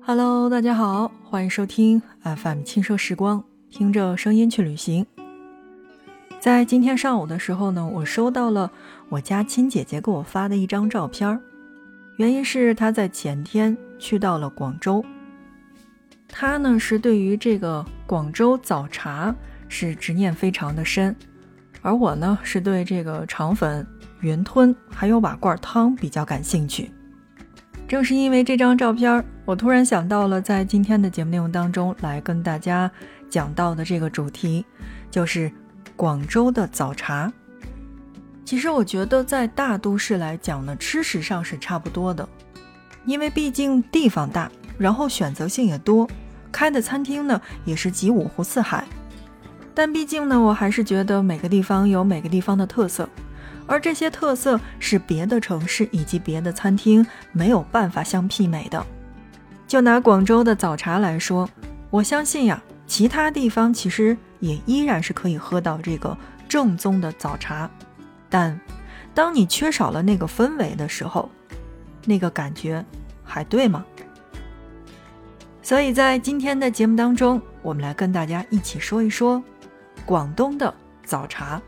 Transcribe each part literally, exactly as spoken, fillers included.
Hello， 大家好，欢迎收听 F M 轻奢时光，听着声音去旅行。在今天上午的时候呢，我收到了我家亲姐姐给我发的一张照片，原因是她在前天去到了广州。她呢是对于这个广州早茶是执念非常的深，而我呢是对这个肠粉、云吞还有瓦罐汤比较感兴趣。正是因为这张照片，我突然想到了在今天的节目内容当中来跟大家讲到的这个主题，就是广州的早茶。其实我觉得在大都市来讲呢，吃食上是差不多的，因为毕竟地方大，然后选择性也多，开的餐厅呢也是集五湖四海。但毕竟呢，我还是觉得每个地方有每个地方的特色，而这些特色是别的城市以及别的餐厅没有办法相媲美的。就拿广州的早茶来说，我相信呀，其他地方其实也依然是可以喝到这个正宗的早茶，但当你缺少了那个氛围的时候，那个感觉还对吗？所以在今天的节目当中，我们来跟大家一起说一说广东的早茶。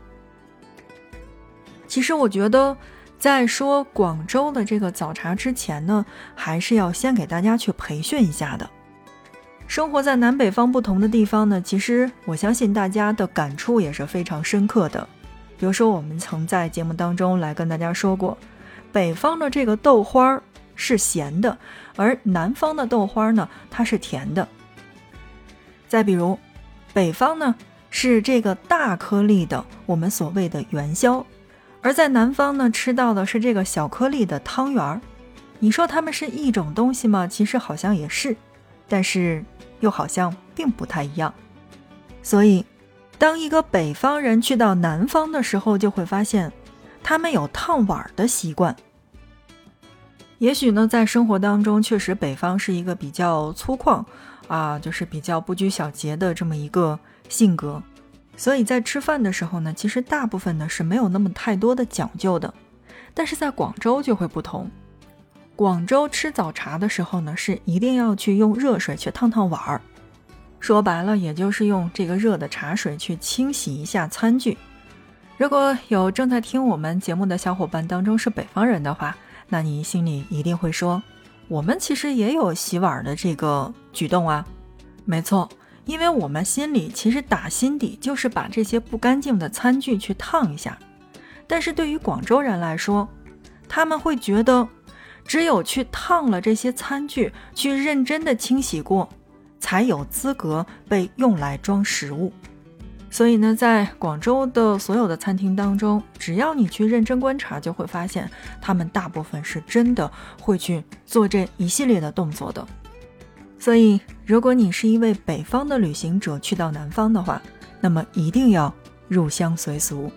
其实我觉得在说广州的这个早茶之前呢，还是要先给大家去培训一下的。生活在南北方不同的地方呢，其实我相信大家的感触也是非常深刻的。比如说我们曾在节目当中来跟大家说过，北方的这个豆花是咸的，而南方的豆花呢，它是甜的。再比如北方呢是这个大颗粒的我们所谓的元宵，而在南方呢吃到的是这个小颗粒的汤圆。你说它们是一种东西吗？其实好像也是，但是又好像并不太一样。所以当一个北方人去到南方的时候，就会发现他们有烫碗的习惯。也许呢在生活当中确实北方是一个比较粗犷啊，就是比较不拘小节的这么一个性格，所以在吃饭的时候呢，其实大部分呢是没有那么太多的讲究的。但是在广州就会不同，广州吃早茶的时候呢，是一定要去用热水去烫烫碗儿，说白了也就是用这个热的茶水去清洗一下餐具。如果有正在听我们节目的小伙伴当中是北方人的话，那你心里一定会说，我们其实也有洗碗的这个举动啊。没错，因为我们心里其实打心底就是把这些不干净的餐具去烫一下。但是对于广州人来说，他们会觉得只有去烫了这些餐具，去认真的清洗过，才有资格被用来装食物。所以呢，在广州的所有的餐厅当中，只要你去认真观察，就会发现他们大部分是真的会去做这一系列的动作的。所以如果你是一位北方的旅行者去到南方的话，那么一定要入乡随俗。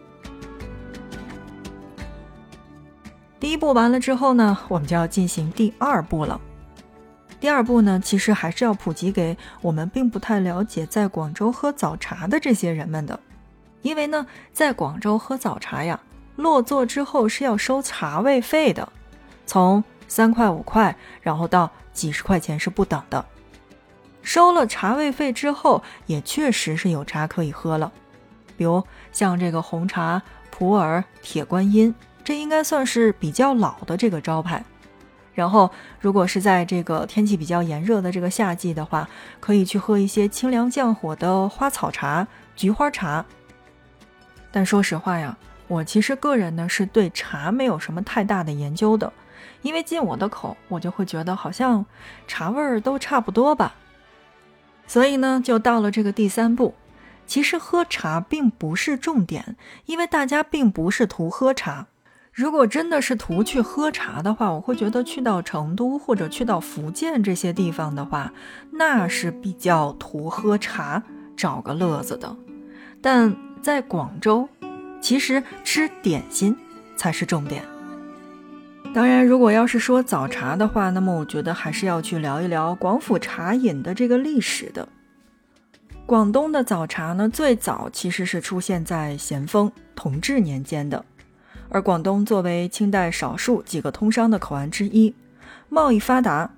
第一步完了之后呢，我们就要进行第二步了。第二步呢，其实还是要普及给我们并不太了解在广州喝早茶的这些人们的。因为呢，在广州喝早茶呀，落座之后是要收茶位费的，从三块五块，然后到几十块钱是不等的。收了茶位费之后，也确实是有茶可以喝了，比如像这个红茶、普洱、铁观音，这应该算是比较老的这个招牌。然后如果是在这个天气比较炎热的这个夏季的话，可以去喝一些清凉降火的花草茶、菊花茶。但说实话呀，我其实个人呢是对茶没有什么太大的研究的，因为进我的口我就会觉得好像茶味儿都差不多吧。所以呢就到了这个第三步，其实喝茶并不是重点，因为大家并不是图喝茶。如果真的是图去喝茶的话，我会觉得去到成都或者去到福建这些地方的话，那是比较图喝茶找个乐子的。但在广州，其实吃点心才是重点。当然如果要是说早茶的话，那么我觉得还是要去聊一聊广府茶饮的这个历史的。广东的早茶呢，最早其实是出现在咸丰、同治年间的。而广东作为清代少数几个通商的口岸之一，贸易发达，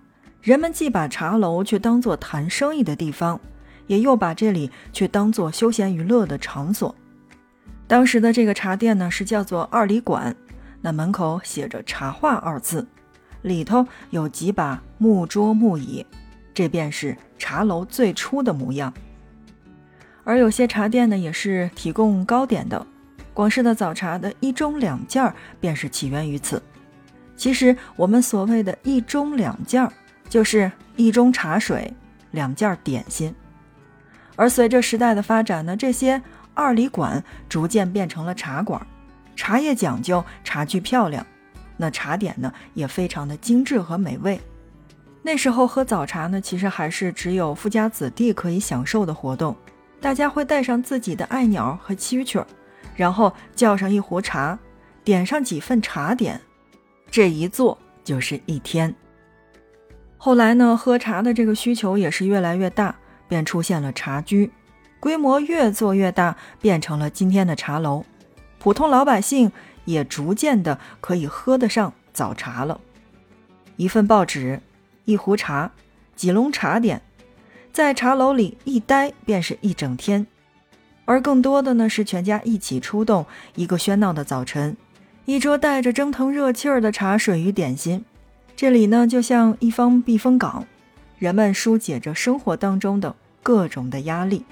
人们既把茶楼去当作谈生意的地方，也又把这里去当作休闲娱乐的场所。当时的这个茶店呢，是叫做二里馆，那门口写着茶话二字，里头有几把木桌木椅，这便是茶楼最初的模样。而有些茶店呢，也是提供糕点的，广式的早茶的一盅两件便是起源于此。其实我们所谓的一盅两件，就是一盅茶水，两件点心。而随着时代的发展呢，这些二里馆逐渐变成了茶馆，茶叶讲究，茶具漂亮，那茶点呢也非常的精致和美味。那时候喝早茶呢，其实还是只有富家子弟可以享受的活动，大家会带上自己的爱鸟和蛐蛐，然后叫上一壶茶，点上几份茶点，这一坐就是一天。后来呢，喝茶的这个需求也是越来越大，便出现了茶居，规模越做越大，变成了今天的茶楼。普通老百姓也逐渐的可以喝得上早茶了。一份报纸，一壶茶，几笼茶点，在茶楼里一待便是一整天。而更多的呢，是全家一起出动，一个喧闹的早晨，一桌带着蒸腾热气儿的茶水与点心。这里呢，就像一方避风港，人们疏解着生活当中的各种的压力。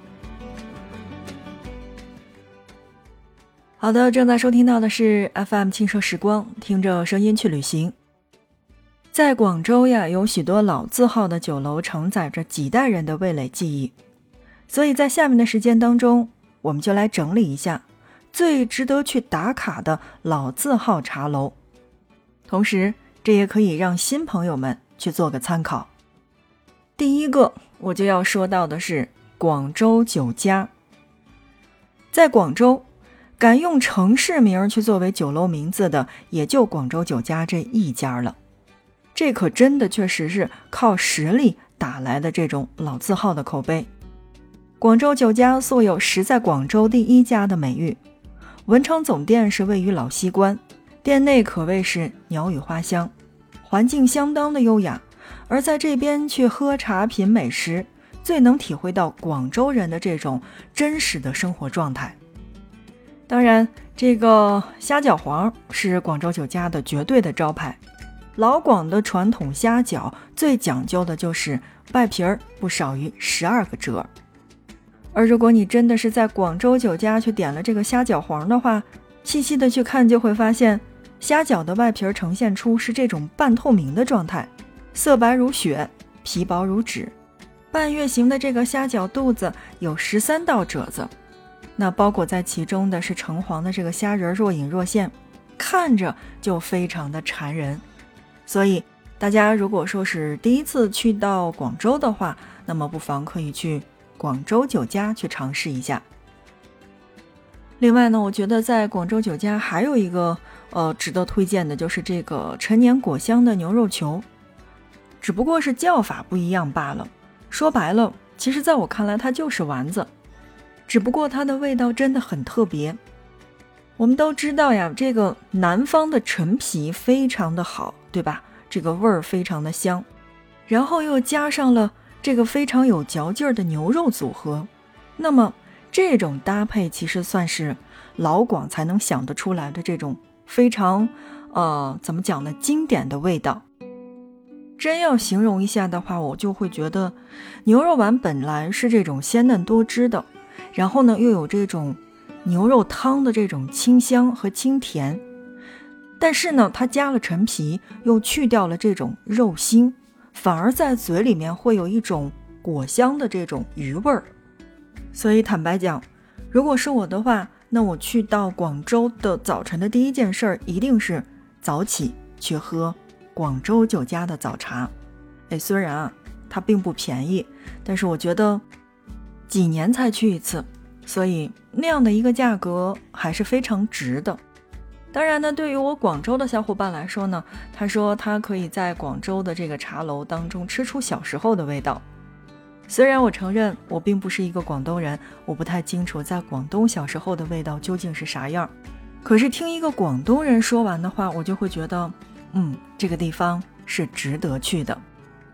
好的，正在收听到的是 F M 轻奢时光，听着声音去旅行。在广州呀，有许多老字号的酒楼承载着几代人的味蕾记忆，所以在下面的时间当中，我们就来整理一下最值得去打卡的老字号茶楼，同时这也可以让新朋友们去做个参考。第一个我就要说到的是广州酒家。在广州，敢用城市名去作为酒楼名字的也就广州酒家这一家了，这可真的确实是靠实力打来的这种老字号的口碑。广州酒家素有实在广州第一家的美誉，文昌总店是位于老西关，店内可谓是鸟语花香，环境相当的优雅，而在这边去喝茶品美食，最能体会到广州人的这种真实的生活状态。当然，这个虾饺皇是广州酒家的绝对的招牌。老广的传统虾饺最讲究的就是外皮儿不少于十二个折。而如果你真的是在广州酒家去点了这个虾饺皇的话，细细的去看就会发现，虾饺的外皮儿呈现出是这种半透明的状态，色白如雪，皮薄如纸。半月形的这个虾饺肚子有十三道褶子，那包裹在其中的是橙黄的这个虾仁若隐若现，看着就非常的馋人。所以大家如果说是第一次去到广州的话，那么不妨可以去广州酒家去尝试一下。另外呢，我觉得在广州酒家还有一个呃值得推荐的，就是这个陈年果香的牛肉球，只不过是叫法不一样罢了。说白了，其实在我看来它就是丸子，只不过它的味道真的很特别。我们都知道呀，这个南方的陈皮非常的好，对吧？这个味儿非常的香，然后又加上了这个非常有嚼劲儿的牛肉组合，那么这种搭配其实算是老广才能想得出来的这种非常呃怎么讲呢，经典的味道。真要形容一下的话，我就会觉得牛肉丸本来是这种鲜嫩多汁的，然后呢又有这种牛肉汤的这种清香和清甜，但是呢它加了陈皮，又去掉了这种肉腥，反而在嘴里面会有一种果香的这种余味儿。所以坦白讲，如果是我的话，那我去到广州的早晨的第一件事一定是早起去喝广州酒家的早茶。诶，虽然啊它并不便宜，但是我觉得几年才去一次，所以那样的一个价格还是非常值的。当然呢，对于我广州的小伙伴来说呢，他说他可以在广州的这个茶楼当中吃出小时候的味道。虽然我承认我并不是一个广东人，我不太清楚在广东小时候的味道究竟是啥样，可是听一个广东人说完的话，我就会觉得嗯，这个地方是值得去的。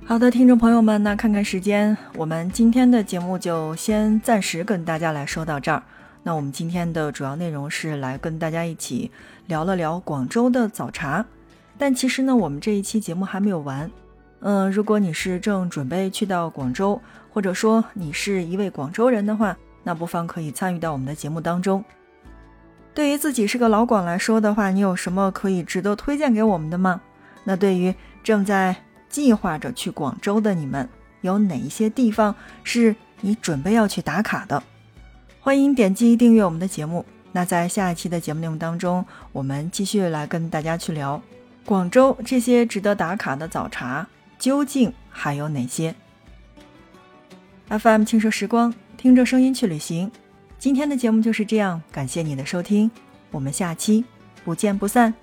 好的，听众朋友们，那看看时间，我们今天的节目就先暂时跟大家来说到这儿。那我们今天的主要内容是来跟大家一起聊了聊广州的早茶，但其实呢，我们这一期节目还没有完。嗯，如果你是正准备去到广州，或者说你是一位广州人的话，那不妨可以参与到我们的节目当中。对于自己是个老广来说的话，你有什么可以值得推荐给我们的吗？那对于正在计划着去广州的你们，有哪一些地方是你准备要去打卡的？欢迎点击订阅我们的节目。那在下一期的节目内容当中，我们继续来跟大家去聊广州这些值得打卡的早茶究竟还有哪些。 F M 轻奢时光，听着声音去旅行。今天的节目就是这样，感谢你的收听，我们下期不见不散。